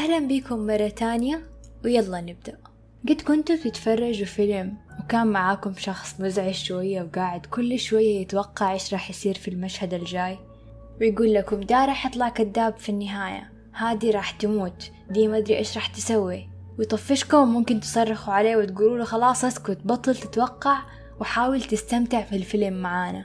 أهلا بكم مرة تانية ويلا نبدأ. قد كنتوا تتفرجوا فيلم وكان معاكم شخص مزعج شوية وقاعد كل شوية يتوقع إيش راح يصير في المشهد الجاي، ويقول لكم ده راح يطلع كذاب في النهاية، هادي راح تموت، دي ما أدري إيش راح تسوي، ويطفشكم. ممكن تصرخوا عليه وتقولوا له خلاص اسكت، بطل تتوقع وحاول تستمتع في الفيلم معانا.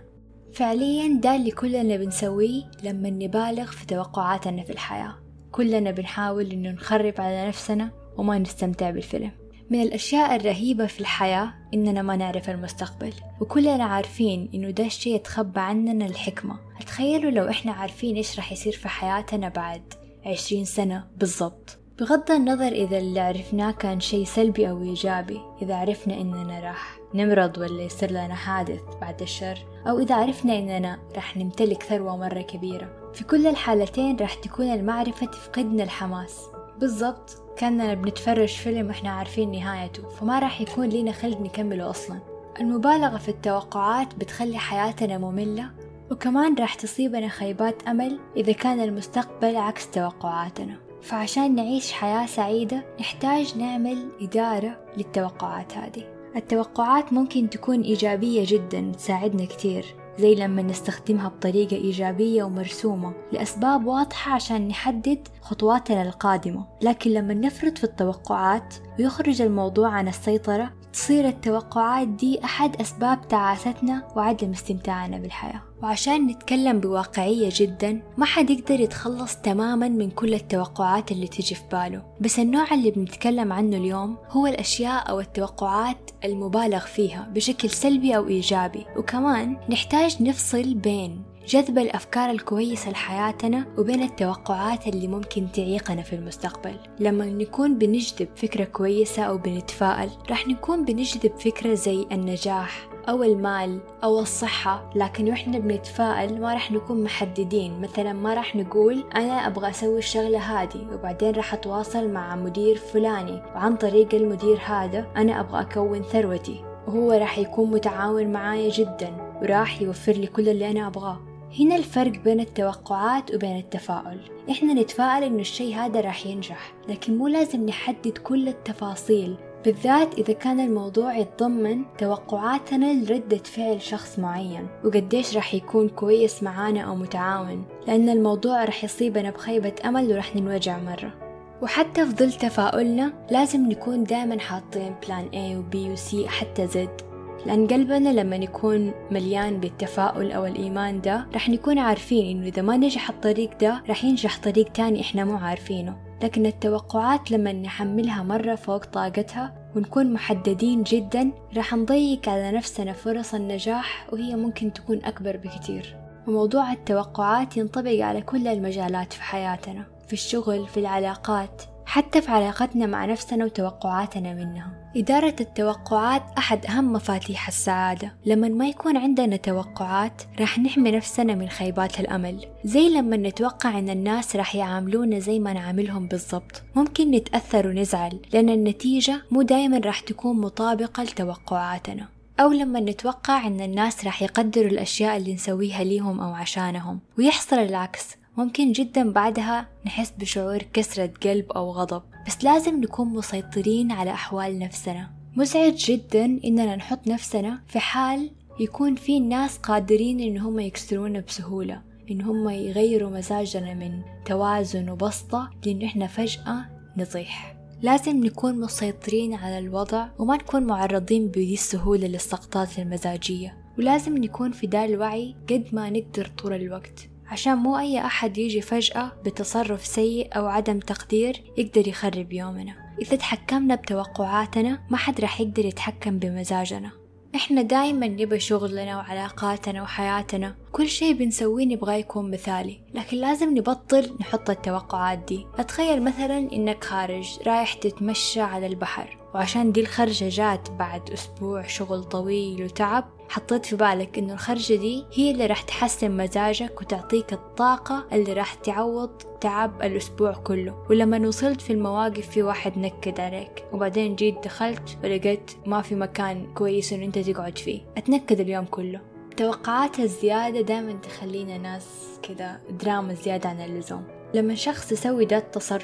فعليا ده اللي كلنا بنسويه لما نبالغ في توقعاتنا في الحياة. كلنا بنحاول إنه نخرب على نفسنا وما نستمتع بالفيلم. من الأشياء الرهيبة في الحياة إننا ما نعرف المستقبل، وكلنا عارفين إنه ده الشيء يتخبى عننا الحكمة. تخيلوا لو إحنا عارفين إيش راح يصير في حياتنا بعد 20 سنة بالضبط، بغض النظر إذا اللي عرفناه كان شيء سلبي أو إيجابي. إذا عرفنا إننا راح نمرض ولا يصير لنا حادث بعد الشر، أو إذا عرفنا إننا راح نمتلك ثروة مرة كبيرة، في كل الحالتين راح تكون المعرفة تفقدنا الحماس. بالضبط كأننا بنتفرج فيلم وإحنا عارفين نهايته، فما راح يكون لنا خلق نكمله أصلا. المبالغة في التوقعات بتخلي حياتنا مملة، وكمان راح تصيبنا خيبات أمل إذا كان المستقبل عكس توقعاتنا. فعشان نعيش حياة سعيدة نحتاج نعمل إدارة للتوقعات هذه. التوقعات ممكن تكون إيجابية جدا، تساعدنا كتير، زي لما نستخدمها بطريقة إيجابية ومرسومة لأسباب واضحة عشان نحدد خطواتنا القادمة. لكن لما نفرط في التوقعات ويخرج الموضوع عن السيطرة، تصير التوقعات دي أحد أسباب تعاستنا وعدم استمتاعنا بالحياة. وعشان نتكلم بواقعية جدا، ما حد يقدر يتخلص تماما من كل التوقعات اللي تجي في باله، بس النوع اللي بنتكلم عنه اليوم هو الأشياء أو التوقعات المبالغ فيها بشكل سلبي أو إيجابي. وكمان نحتاج نفصل بين جذب الأفكار الكويسة لحياتنا وبين التوقعات اللي ممكن تعيقنا في المستقبل. لما نكون بنجذب فكرة كويسة أو بنتفائل، راح نكون بنجذب فكرة زي النجاح أو المال أو الصحة. لكن وإحنا بنتفائل ما راح نكون محددين، مثلا ما راح نقول أنا أبغى أسوي الشغلة هذه وبعدين راح أتواصل مع مدير فلاني، وعن طريق المدير هذا أنا أبغى أكون ثروتي، وهو راح يكون متعاون معايا جدا وراح يوفر لي كل اللي أنا أبغاه. هنا الفرق بين التوقعات وبين التفاؤل. إحنا نتفائل إنه الشيء هذا راح ينجح، لكن مو لازم نحدد كل التفاصيل، بالذات إذا كان الموضوع يتضمن توقعاتنا لردة فعل شخص معين وقديش راح يكون كويس معانا أو متعاون، لأن الموضوع راح يصيبنا بخيبة أمل وراح ننوجع مرة. وحتى في ظل تفاؤلنا لازم نكون دائما حاطين بلان A و B و C حتى Z، لأن قلبنا لما يكون مليان بالتفاؤل أو الإيمان ده راح نكون عارفين إنه إذا ما نجح الطريق ده راح ينجح طريق تاني إحنا مو عارفينه. لكن التوقعات لما نحملها مرة فوق طاقتها ونكون محددين جدا، راح نضيق على نفسنا فرص النجاح، وهي ممكن تكون أكبر بكتير. وموضوع التوقعات ينطبق على كل المجالات في حياتنا، في الشغل، في العلاقات، حتى في علاقتنا مع نفسنا وتوقعاتنا منها. إدارة التوقعات أحد أهم مفاتيح السعادة. لما ما يكون عندنا توقعات راح نحمي نفسنا من خيبات الأمل، زي لما نتوقع أن الناس راح يعاملونا زي ما نعاملهم بالضبط، ممكن نتأثر ونزعل لأن النتيجة مو دايما راح تكون مطابقة لتوقعاتنا. أو لما نتوقع أن الناس راح يقدروا الأشياء اللي نسويها ليهم أو عشانهم ويحصل العكس، ممكن جدا بعدها نحس بشعور كسرة قلب أو غضب. بس لازم نكون مسيطرين على أحوال نفسنا. مزعج جدا إننا نحط نفسنا في حال يكون في ناس قادرين إن هم يكسرونا بسهولة، إن هم يغيروا مزاجنا من توازن وبسطة لأن إحنا فجأة نطيح. لازم نكون مسيطرين على الوضع وما نكون معرضين بهذه السهولة للسقطات المزاجية. ولازم نكون في دار الوعي قد ما نقدر طول الوقت، عشان مو أي أحد يجي فجأة بتصرف سيء أو عدم تقدير يقدر يخرب يومنا. إذا تحكمنا بتوقعاتنا ما حد راح يقدر يتحكم بمزاجنا. إحنا دايما نبى شغلنا وعلاقاتنا وحياتنا كل شيء بنسويه نبغى يكون مثالي، لكن لازم نبطل نحط التوقعات دي. أتخيل مثلا إنك خارج رايح تتمشى على البحر، وعشان دي الخرجة جات بعد أسبوع شغل طويل وتعب، حطيت في بالك إنه الخرجة دي هي اللي راح تحسن مزاجك وتعطيك الطاقة اللي راح تعوض تعب الأسبوع كله. ولما وصلت في المواقف في واحد نكد عليك، وبعدين جيت دخلت ولقيت ما في مكان كويس إنه أنت تقعد فيه، أتنكد اليوم كله. توقعات الزيادة دائما تخلينا ناس كده دراما زيادة عن اللزوم. لما شخص يسوي ده التصرف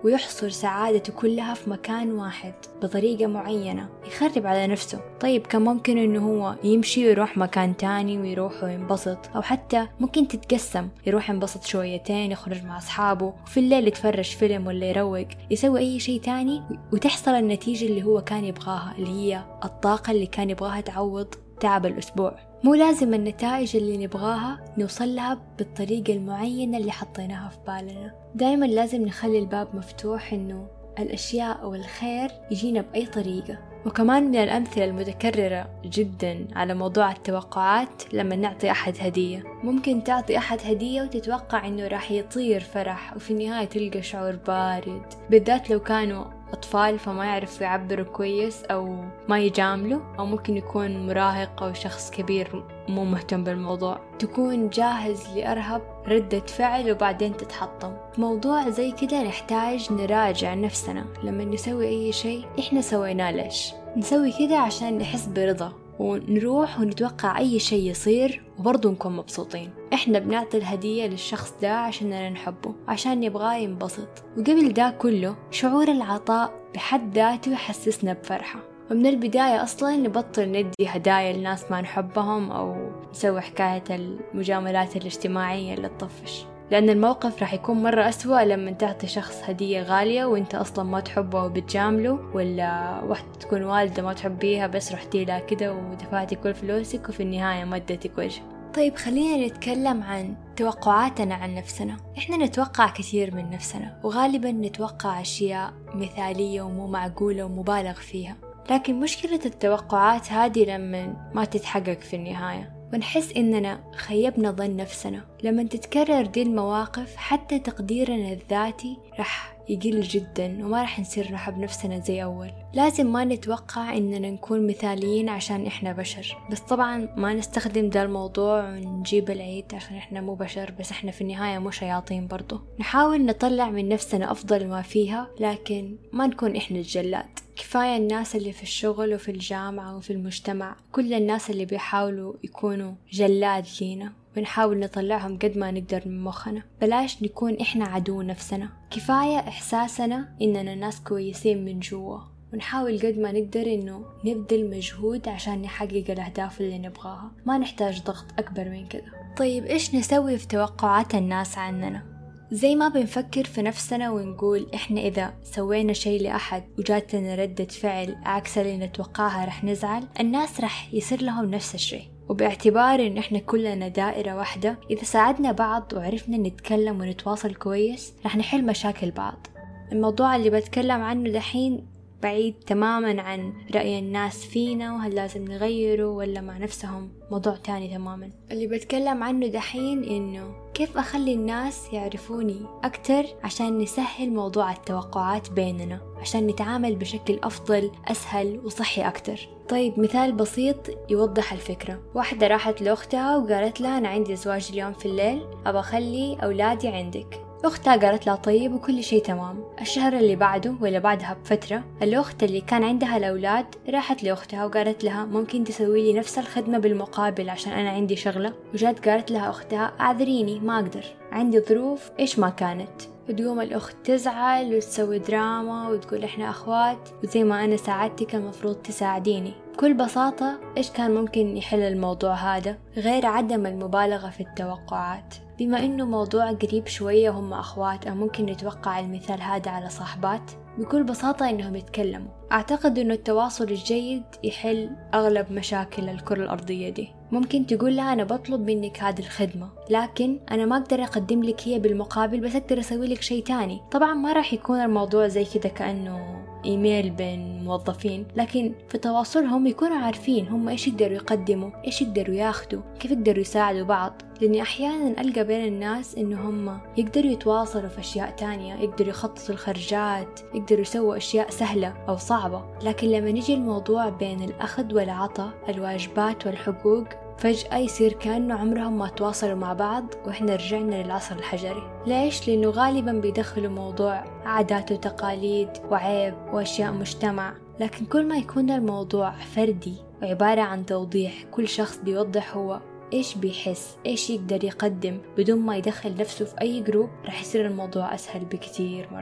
ويحصر سعادته كلها في مكان واحد بطريقة معينة، يخرب على نفسه. طيب كان ممكن إنه هو يمشي ويروح مكان تاني ويروح وينبسط، أو حتى ممكن تتقسم، يروح ينبسط شويتين، يخرج مع أصحابه، وفي الليل يتفرج فيلم ولا يروق، يسوي أي شيء تاني، وتحصل النتيجة اللي هو كان يبغاها، اللي هي الطاقة اللي كان يبغاها تعوض تعب الأسبوع. مو لازم النتائج اللي نبغاها نوصل لها بالطريقة المعينة اللي حطيناها في بالنا. دايما لازم نخلي الباب مفتوح إنه الأشياء أو الخير يجينا بأي طريقة. وكمان من الأمثلة المتكررة جدا على موضوع التوقعات، لما نعطي أحد هدية، ممكن تعطي أحد هدية وتتوقع إنه راح يطير فرح، وفي النهاية تلقى شعور بارد، بالذات لو كانوا أطفال فما يعرفوا يعبروا كويس أو ما يجاملوا، أو ممكن يكون مراهق أو شخص كبير مو مهتم بالموضوع، تكون جاهز لأرهب ردة فعل وبعدين تتحطم. موضوع زي كده نحتاج نراجع نفسنا لما نسوي أي شيء، إحنا سويناه ليش؟ نسوي كده عشان نحس برضا ونروح ونتوقع أي شيء يصير وبرضه نكون مبسوطين. إحنا بنعطي الهدية للشخص ده عشان نحبه، عشان نبغاه ينبسط، وقبل ده كله شعور العطاء بحد ذاته يحسسنا بفرحة. ومن البداية أصلا نبطل ندي هدايا لناس ما نحبهم، أو نسوي حكاية المجاملات الاجتماعية اللي تطفش، لأن الموقف راح يكون مرة أسوأ لما تعطي شخص هدية غالية وإنت أصلا ما تحبه وبتجامله، ولا واحدة تكون والدة ما تحبيها بس رحتي لها كده ودفعتي كل فلوسك وفي النهاية ما ادتك وجه. طيب خلينا نتكلم عن توقعاتنا عن نفسنا. إحنا نتوقع كثير من نفسنا، وغالبا نتوقع أشياء مثالية ومو معقولة ومبالغ فيها، لكن مشكلة التوقعات هذه لما ما تتحقق في النهاية، ونحس إننا خيبنا ظن نفسنا. لما تتكرر دي المواقف حتى تقديرنا الذاتي رح يقل جدا، وما رح نصير نحب نفسنا زي أول. لازم ما نتوقع إننا نكون مثاليين عشان إحنا بشر، بس طبعا ما نستخدم ده الموضوع ونجيب العيد عشان إحنا مو بشر، بس إحنا في النهاية مو شياطين برضو. نحاول نطلع من نفسنا أفضل ما فيها، لكن ما نكون إحنا الجلاد. كفاية الناس اللي في الشغل وفي الجامعة وفي المجتمع، كل الناس اللي بيحاولوا يكونوا جلاد لينا، بنحاول نطلعهم قد ما نقدر من مخنا. بلاش نكون إحنا عدو نفسنا. كفاية إحساسنا إننا ناس كويسين من جوا، ونحاول قد ما نقدر إنه نبذل مجهود عشان نحقق الأهداف اللي نبغاها. ما نحتاج ضغط أكبر من كده. طيب إيش نسوي في توقعات الناس عننا؟ زي ما بنفكر في نفسنا ونقول إحنا إذا سوينا شيء لأحد وجاتنا ردة فعل عكس اللي نتوقعها رح نزعل، الناس رح يصير لهم نفس الشيء. وباعتبار إن إحنا كلنا دائرة واحدة، إذا ساعدنا بعض وعرفنا نتكلم ونتواصل كويس رح نحل مشاكل بعض. الموضوع اللي بتكلم عنه دحين بعيد تماما عن رأي الناس فينا وهل لازم نغيره ولا مع نفسهم، موضوع تاني تماما. اللي بتكلم عنه دحين إنه كيف أخلي الناس يعرفوني أكتر عشان نسهل موضوع التوقعات بيننا، عشان نتعامل بشكل أفضل أسهل وصحي أكتر. طيب مثال بسيط يوضح الفكرة. واحدة راحت لأختها وقالت لها أنا عندي زواج اليوم في الليل، أبى أخلي أولادي عندك. أختها قالت لها طيب وكل شيء تمام. الشهر اللي بعده ولا بعدها بفترة، الأخت اللي كان عندها الأولاد راحت لأختها وقالت لها ممكن تسوي لي نفس الخدمة بالمقابل عشان أنا عندي شغلة. وجات قالت لها أختها أعذريني ما أقدر، عندي ظروف إيش ما كانت. وتقوم الأخت تزعل وتسوي دراما وتقول إحنا أخوات، وزي ما أنا ساعدتك المفروض تساعديني. بكل بساطة إيش كان ممكن يحل الموضوع هذا غير عدم المبالغة في التوقعات؟ بما إنه موضوع قريب شوية هم أخوات، أو ممكن نتوقع المثال هذا على صاحبات، بكل بساطة إنهم يتكلموا. أعتقد إنه التواصل الجيد يحل أغلب مشاكل الكرة الأرضية دي. ممكن تقول لها أنا بطلب منك هذه الخدمة، لكن أنا ما أقدر أقدم لك هي بالمقابل، بس أقدر أسوي لك شيء تاني. طبعا ما راح يكون الموضوع زي كده كأنه إيميل بين موظفين، لكن في تواصلهم يكونوا عارفين هم إيش يقدروا يقدموا، إيش يقدروا ياخدوا، كيف يقدروا يساعدوا بعض. لأني أحيانا ألقى بين الناس إنه هم يقدروا يتواصلوا في أشياء تانية، يقدروا يخططوا الخرجات، يقدروا يسووا أشياء سهلة أو صعبة، لكن لما نجي الموضوع بين الأخذ والعطاء، الواجبات والحقوق، فجأة يصير كأنه عمرهم ما تواصلوا مع بعض وإحنا رجعنا للعصر الحجري. ليش؟ لأنه غالبا بيدخلوا موضوع عادات وتقاليد وعيب وأشياء مجتمع، لكن كل ما يكون الموضوع فردي وعبارة عن توضيح، كل شخص بيوضح هو إيش بيحس، إيش يقدر يقدم بدون ما يدخل نفسه في أي جروب، رح يصير الموضوع أسهل بكتير مرة.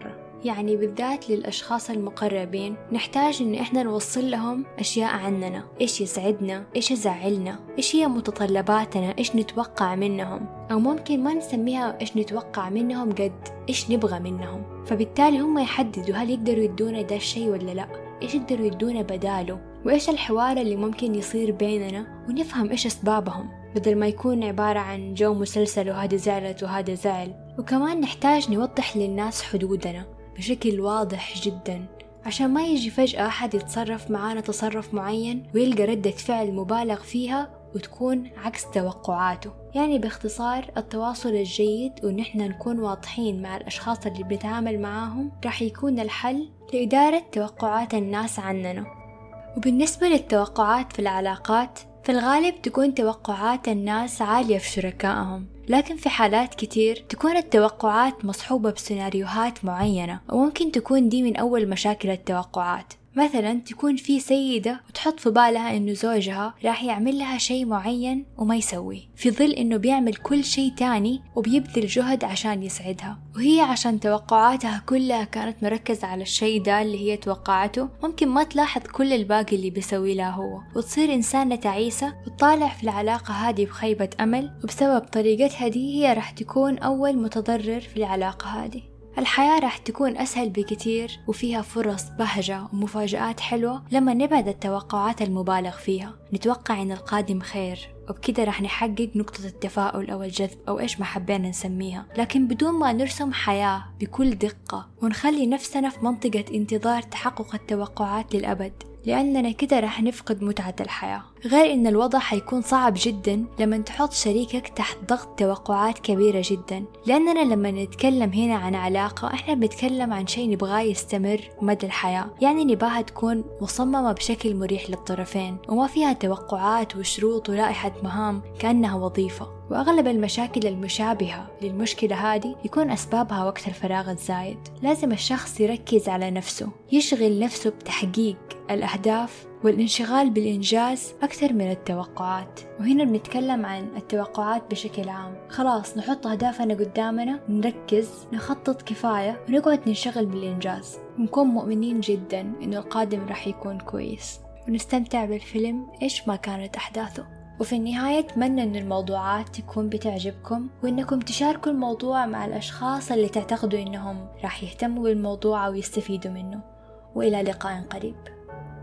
يعني بالذات للأشخاص المقربين نحتاج إن إحنا نوصل لهم أشياء عننا، إيش يسعدنا، إيش يزعلنا، إيش هي متطلباتنا، إيش نتوقع منهم، أو ممكن ما نسميها إيش نتوقع منهم قد إيش نبغى منهم. فبالتالي هم يحددوا هل يقدروا يدونا ده الشيء ولا لأ، إيش يقدروا يدونا بداله، وإيش الحوار اللي ممكن يصير بيننا، ونفهم إيش أسبابهم بدل ما يكون عبارة عن جو مسلسل وهذا زعلت وهذا زعل. وكمان نحتاج نوضح للناس حدودنا بشكل واضح جدا، عشان ما يجي فجأة أحد يتصرف معانا تصرف معين ويلقى ردة فعل مبالغ فيها وتكون عكس توقعاته. يعني باختصار التواصل الجيد ونحن نكون واضحين مع الأشخاص اللي بنتعامل معاهم راح يكون الحل لإدارة توقعات الناس عننا. وبالنسبة للتوقعات في العلاقات، في الغالب تكون توقعات الناس عالية في شركائهم، لكن في حالات كتير تكون التوقعات مصحوبة بسيناريوهات معينة، وممكن تكون دي من أول مشاكل التوقعات. مثلا تكون في سيدة وتحط في بالها إنه زوجها راح يعمل لها شيء معين وما يسوي، في ظل إنه بيعمل كل شيء تاني وبيبذل جهد عشان يسعدها، وهي عشان توقعاتها كلها كانت مركزة على الشيء ده اللي هي توقعته، ممكن ما تلاحظ كل الباقي اللي بيسوي لها هو، وتصير إنسانة تعيسة وتطالع في العلاقة هذه بخيبة أمل، وبسبب طريقتها دي هي راح تكون أول متضرر في العلاقة هذه. الحياة راح تكون أسهل بكتير وفيها فرص بهجة ومفاجآت حلوة لما نبعد التوقعات المبالغ فيها، نتوقع إن القادم خير، وبكده راح نحقق نقطة التفاؤل أو الجذب أو إيش ما حبينا نسميها، لكن بدون ما نرسم حياة بكل دقة ونخلي نفسنا في منطقة انتظار تحقق التوقعات للأبد، لأننا كده راح نفقد متعة الحياة. غير إن الوضع حيكون صعب جدا لما تحط شريكك تحت ضغط توقعات كبيرة جدا، لأننا لما نتكلم هنا عن علاقة إحنا بنتكلم عن شيء نبغاه يستمر مدى الحياة، يعني نباها تكون مصممة بشكل مريح للطرفين وما فيها توقعات وشروط ولائحة مهام كأنها وظيفة. وأغلب المشاكل المشابهة للمشكلة هذه يكون أسبابها وقت الفراغ الزايد. لازم الشخص يركز على نفسه، يشغل نفسه بتحقيق الأهداف والانشغال بالإنجاز أكثر من التوقعات. وهنا بنتكلم عن التوقعات بشكل عام. خلاص نحط أهدافنا قدامنا، نركز، نخطط كفاية، ونقعد ننشغل بالإنجاز، ونكون مؤمنين جدا إنه القادم راح يكون كويس، ونستمتع بالفيلم إيش ما كانت أحداثه. وفي النهاية أتمنى أن الموضوعات تكون بتعجبكم، وأنكم تشاركوا الموضوع مع الأشخاص اللي تعتقدوا أنهم راح يهتموا بالموضوع أو يستفيدوا منه. وإلى لقاء قريب.